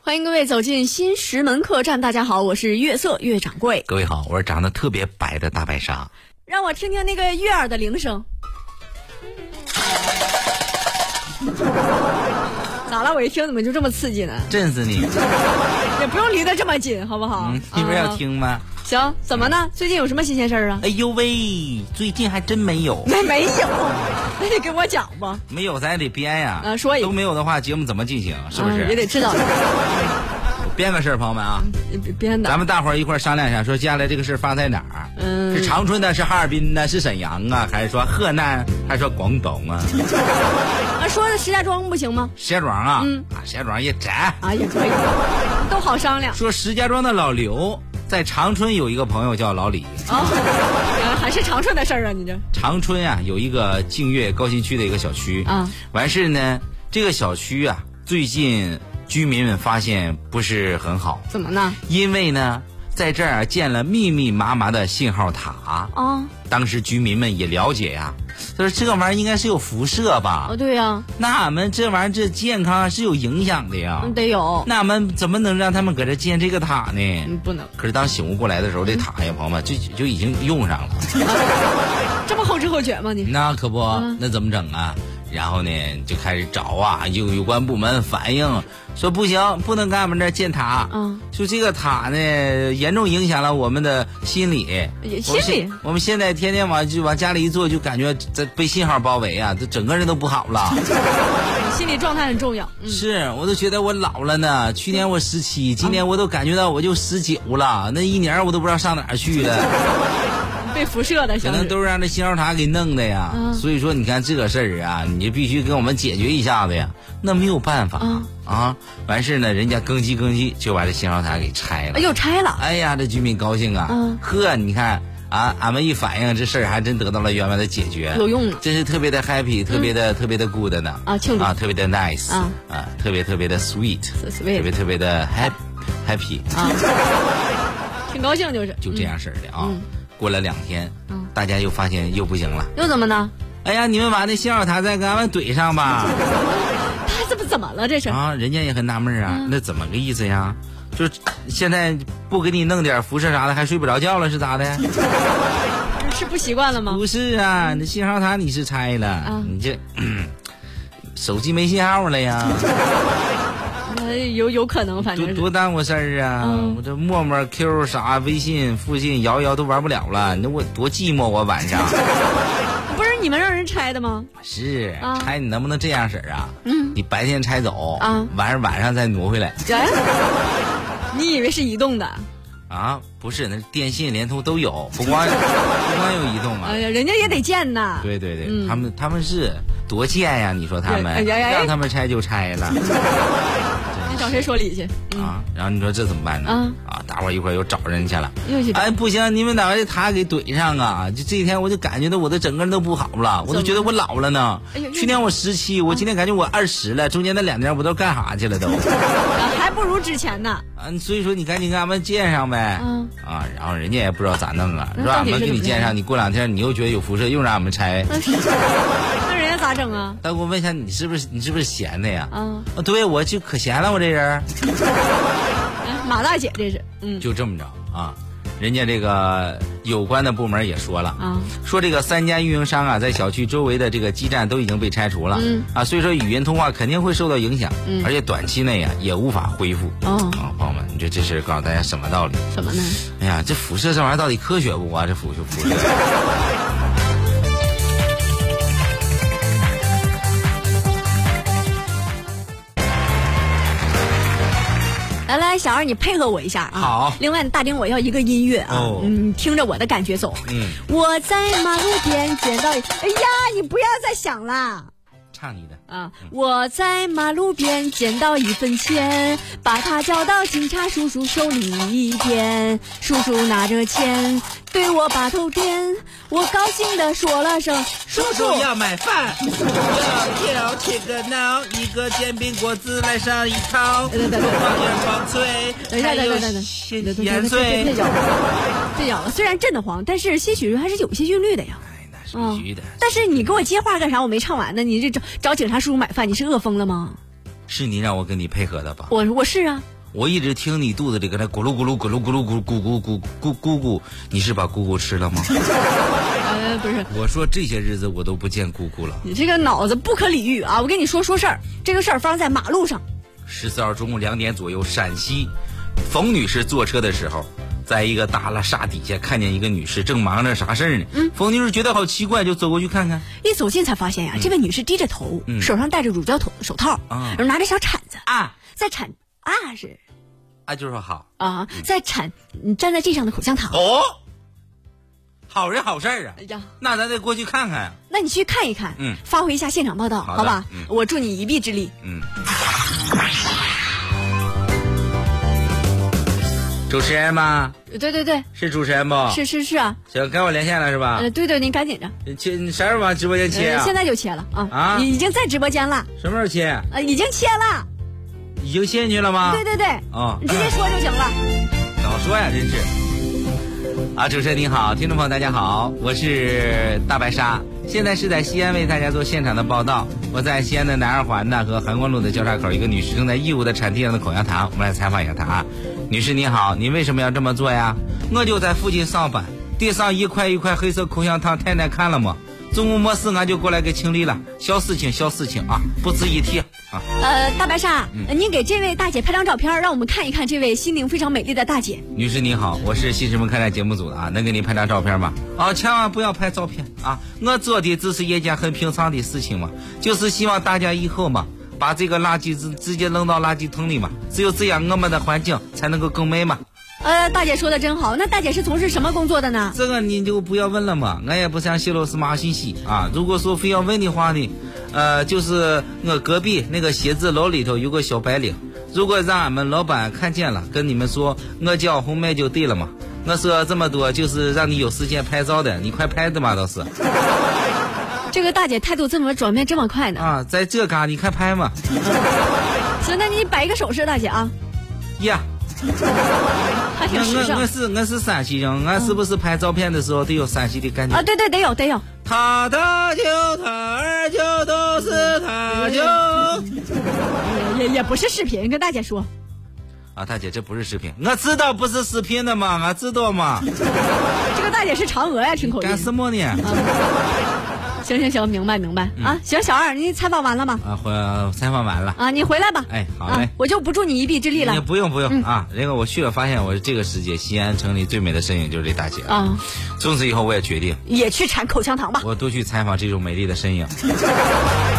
欢迎各位走进新石门客栈。大家好，我是月色月掌柜。 各位好，我是长得特别白的大白鲨。 让我听听那个悦耳的铃声。咋了？我一听怎么就这么刺激呢？ 震死你！ 也不用离得这么近，好不好？ 你们要听吗？ 行，怎么呢？最近有什么新鲜事儿啊？ 哎呦喂，最近还真没有。 没有，那你给我讲吧。 没有咱也得编呀。 说一个。 都没有的话，节目怎么进行？是不是？ 也得知道。 我编个事儿，朋友们啊， 编的。 咱们大伙儿一块儿商量一下，说接下来这个事儿发在哪儿？是长春的，是哈尔滨的，是沈阳啊，还是说河南，还是说广东啊？ 说的石家庄不行吗？ 石家庄啊，石家庄也窄啊，也可以，都好商量。 说石家庄的老刘在长春有一个朋友叫老李。 还是长春的事儿啊，你这。 长春啊，有一个净月高新区的一个小区啊，完事呢，这个小区啊，最近居民们发现不是很好。 怎么呢？ 因为呢，在这儿建了密密麻麻的信号塔啊。当时居民们也了解呀，他说这玩意儿应该是有辐射吧？ 对呀。 那俺们这玩意儿这健康是有影响的呀。 得有。 那俺们怎么能让他们搁这建这个塔呢？ 不能。 可是当醒悟过来的时候，这塔呀，朋友们就已经用上了。 这么后知后觉吗你？ 那可不，那怎么整啊？然后呢，就开始找啊，有关部门反映说不行，不能搁俺们这儿建塔。就这个塔呢，严重影响了我们的心理。我们现在天天往家里一坐，就感觉在被信号包围啊，这整个人都不好了。 心理状态很重要。 是，我都觉得我老了呢。去年我17，今年我都感觉到我就19了。那一年我都不知道上哪儿去了。 被辐射的， 可能都是让这信号塔给弄的呀。所以说，你看这个事儿啊，你就必须给我们解决一下子呀。那没有办法完事呢，人家更急就把这信号塔给拆了。 又拆了。 哎呀，这居民高兴啊。你看啊，俺们一反映这事儿，还真得到了圆满的解决， 有用了， 真是特别的 happy，特别的 good 呢。 庆祝特别的 nice 特别的 sweet， 特别的 happy 挺高兴就是。 就这样式的啊。过了2天，大家又发现又不行了。 又怎么呢？ 哎呀，你们把那信号塔再给俺们怼上吧。 他怎么了这是？ 人家也很纳闷啊，那怎么个意思呀？就现在不给你弄点辐射啥的，还睡不着觉了是咋的？ 是不习惯了吗？ 不是啊，那信号塔你是拆了，你这手机没信号了呀。 有可能，反正多耽误事儿啊！我这陌陌、Q 啥、微信、复信、摇都玩不了了，那我多寂寞我晚上。 不是你们让人拆的吗？ 是拆，你能不能这样式儿啊？你白天拆走晚上再挪回来。 你以为是移动的？ 不是，那电信、联通都有，不光有移动啊。 哎呀，人家也得建呐。 对，他们是多贱呀！你说他们让他们拆就拆了。 你找谁说理去？ 然后你说这怎么办呢？大伙儿一会儿又找人去了。不行，你们得把这塔给怼上啊！就这一天我就感觉到我的整个人都不好了，我都觉得我老了呢。去年我17，我今天感觉我20了，中间那2年我都干啥去了都？ 还不如之前呢。 所以说你赶紧给俺们建上呗。然后人家也不知道咋弄啊，说俺们给你建上，你过2天你又觉得有辐射，又让俺们拆。 那人家咋整啊？ 大哥，我问一下，你是不是闲的呀？对，我就可闲了，我这人。 马大姐这是， 就这么着啊。人家这个有关的部门也说了说这个3家运营商啊，在小区周围的这个基站都已经被拆除了所以说语音通话肯定会受到影响，而且短期内也无法恢复。朋友们，你说这事告诉大家什么道理？ 什么呢？ 哎呀，这辐射这玩意儿到底科学不啊？这辐射。 来，小二，你配合我一下啊！ 好。 另外，大丁，我要一个音乐啊，听着我的感觉走。我在马路边捡到，哎呀，你不要再想了。 唱你的我在马路边捡到1分钱，把它交到警察叔叔手里边。叔叔拿着钱对我把头点，我高兴地说了声叔叔要买饭，要切个脑，一个煎饼果子来上一套，放盐放脆，还有盐碎。 别咬了，虽然瘆得慌，但是些许还是有些韵律的呀。 必须的。 但是你给我接话干啥？我没唱完呢。你这找警察叔叔买饭，你是饿疯了吗？ 是你让我跟你配合的吧？ 我是啊。 我一直听你肚子里搁那咕噜咕噜咕噜咕噜咕咕咕咕咕咕咕，你是把咕咕吃了吗？ 不是， 我说这些日子我都不见咕咕了。 你这个脑子不可理喻啊！我跟你说事儿，这个事儿发生在马路上。 14号中午2点左右，陕西冯女士坐车的时候，在一个大厦底下看见一个女士正忙着啥事儿呢。冯女士觉得好奇怪，就走过去看看。 一走近才发现呀，这位女士低着头，手上戴着乳胶手套，然后拿着小铲子在铲是就是说好在铲站在地上的口香糖。 哦，好人好事儿啊！哎呀，那咱得过去看看。 那你去看一看，发挥一下现场报道，好吧？我助你一臂之力。 主持人吗？ 对， 是主持人不？ 是啊。 行，跟我连线了是吧？ 对，您赶紧着。 你啥时候往直播间切啊？ 现在就切了啊！已经在直播间了。 什么时候切？ 已经切了。 已经切进去了吗？ 对。你直接说就行了。 早说呀，真是。主持人你好，听众朋友大家好，我是大白鲨，现在是在西安为大家做现场的报道。我在西安的南二环呢和韩光路的交叉口，一个女士正在义务的铲地上的口香糖，我们来采访一下她。女士你好，你为什么要这么做呀？我就在附近上班，地上一块一块黑色口香糖太难看了嘛，中午没事俺就过来给清理了，小事情啊，不值一提啊。 大白鲨，您给这位大姐拍张照片，让我们看一看这位心灵非常美丽的大姐。 女士你好，我是新师们看待节目组的能给您拍张照片吗？千万不要拍照片我做的只是一件很平常的事情嘛，就是希望大家以后嘛，把这个垃圾直接扔到垃圾桶里嘛，只有这样我们的环境才能够更美嘛。 大姐说的真好，那大姐是从事什么工作的呢？ 这个你就不要问了嘛，我也不想泄露什么信息如果说非要问的话呢，就是我隔壁那个写字楼里头有个小白领，如果让俺们老板看见了，跟你们说我叫红梅就对了嘛。我说这么多就是让你有时间拍照的，你快拍的嘛倒是。 这个大姐态度这么转变这么快呢？ 在这嘎你快拍嘛。 行，那你摆一个手势，大姐啊。 呀。 还挺时尚。 我是陕西人，俺是不是拍照片的时候得有陕西的感觉对，得有。 他就他二舅都是他就。 也不是视频，跟大姐说。 大姐这不是视频，我知道不是视频的嘛，我知道嘛。 这个大姐是嫦娥呀，听口音。 干什么呢？ 行，明白行，小二，你采访完了吗？ 采访完了你回来吧。 好嘞， 我就不助你一臂之力了。 你不用这个我去了，发现我这个世界西安城里最美的身影就是这大姐从此以后我也决定也去铲口香糖吧， 我都去采访这种美丽的身影。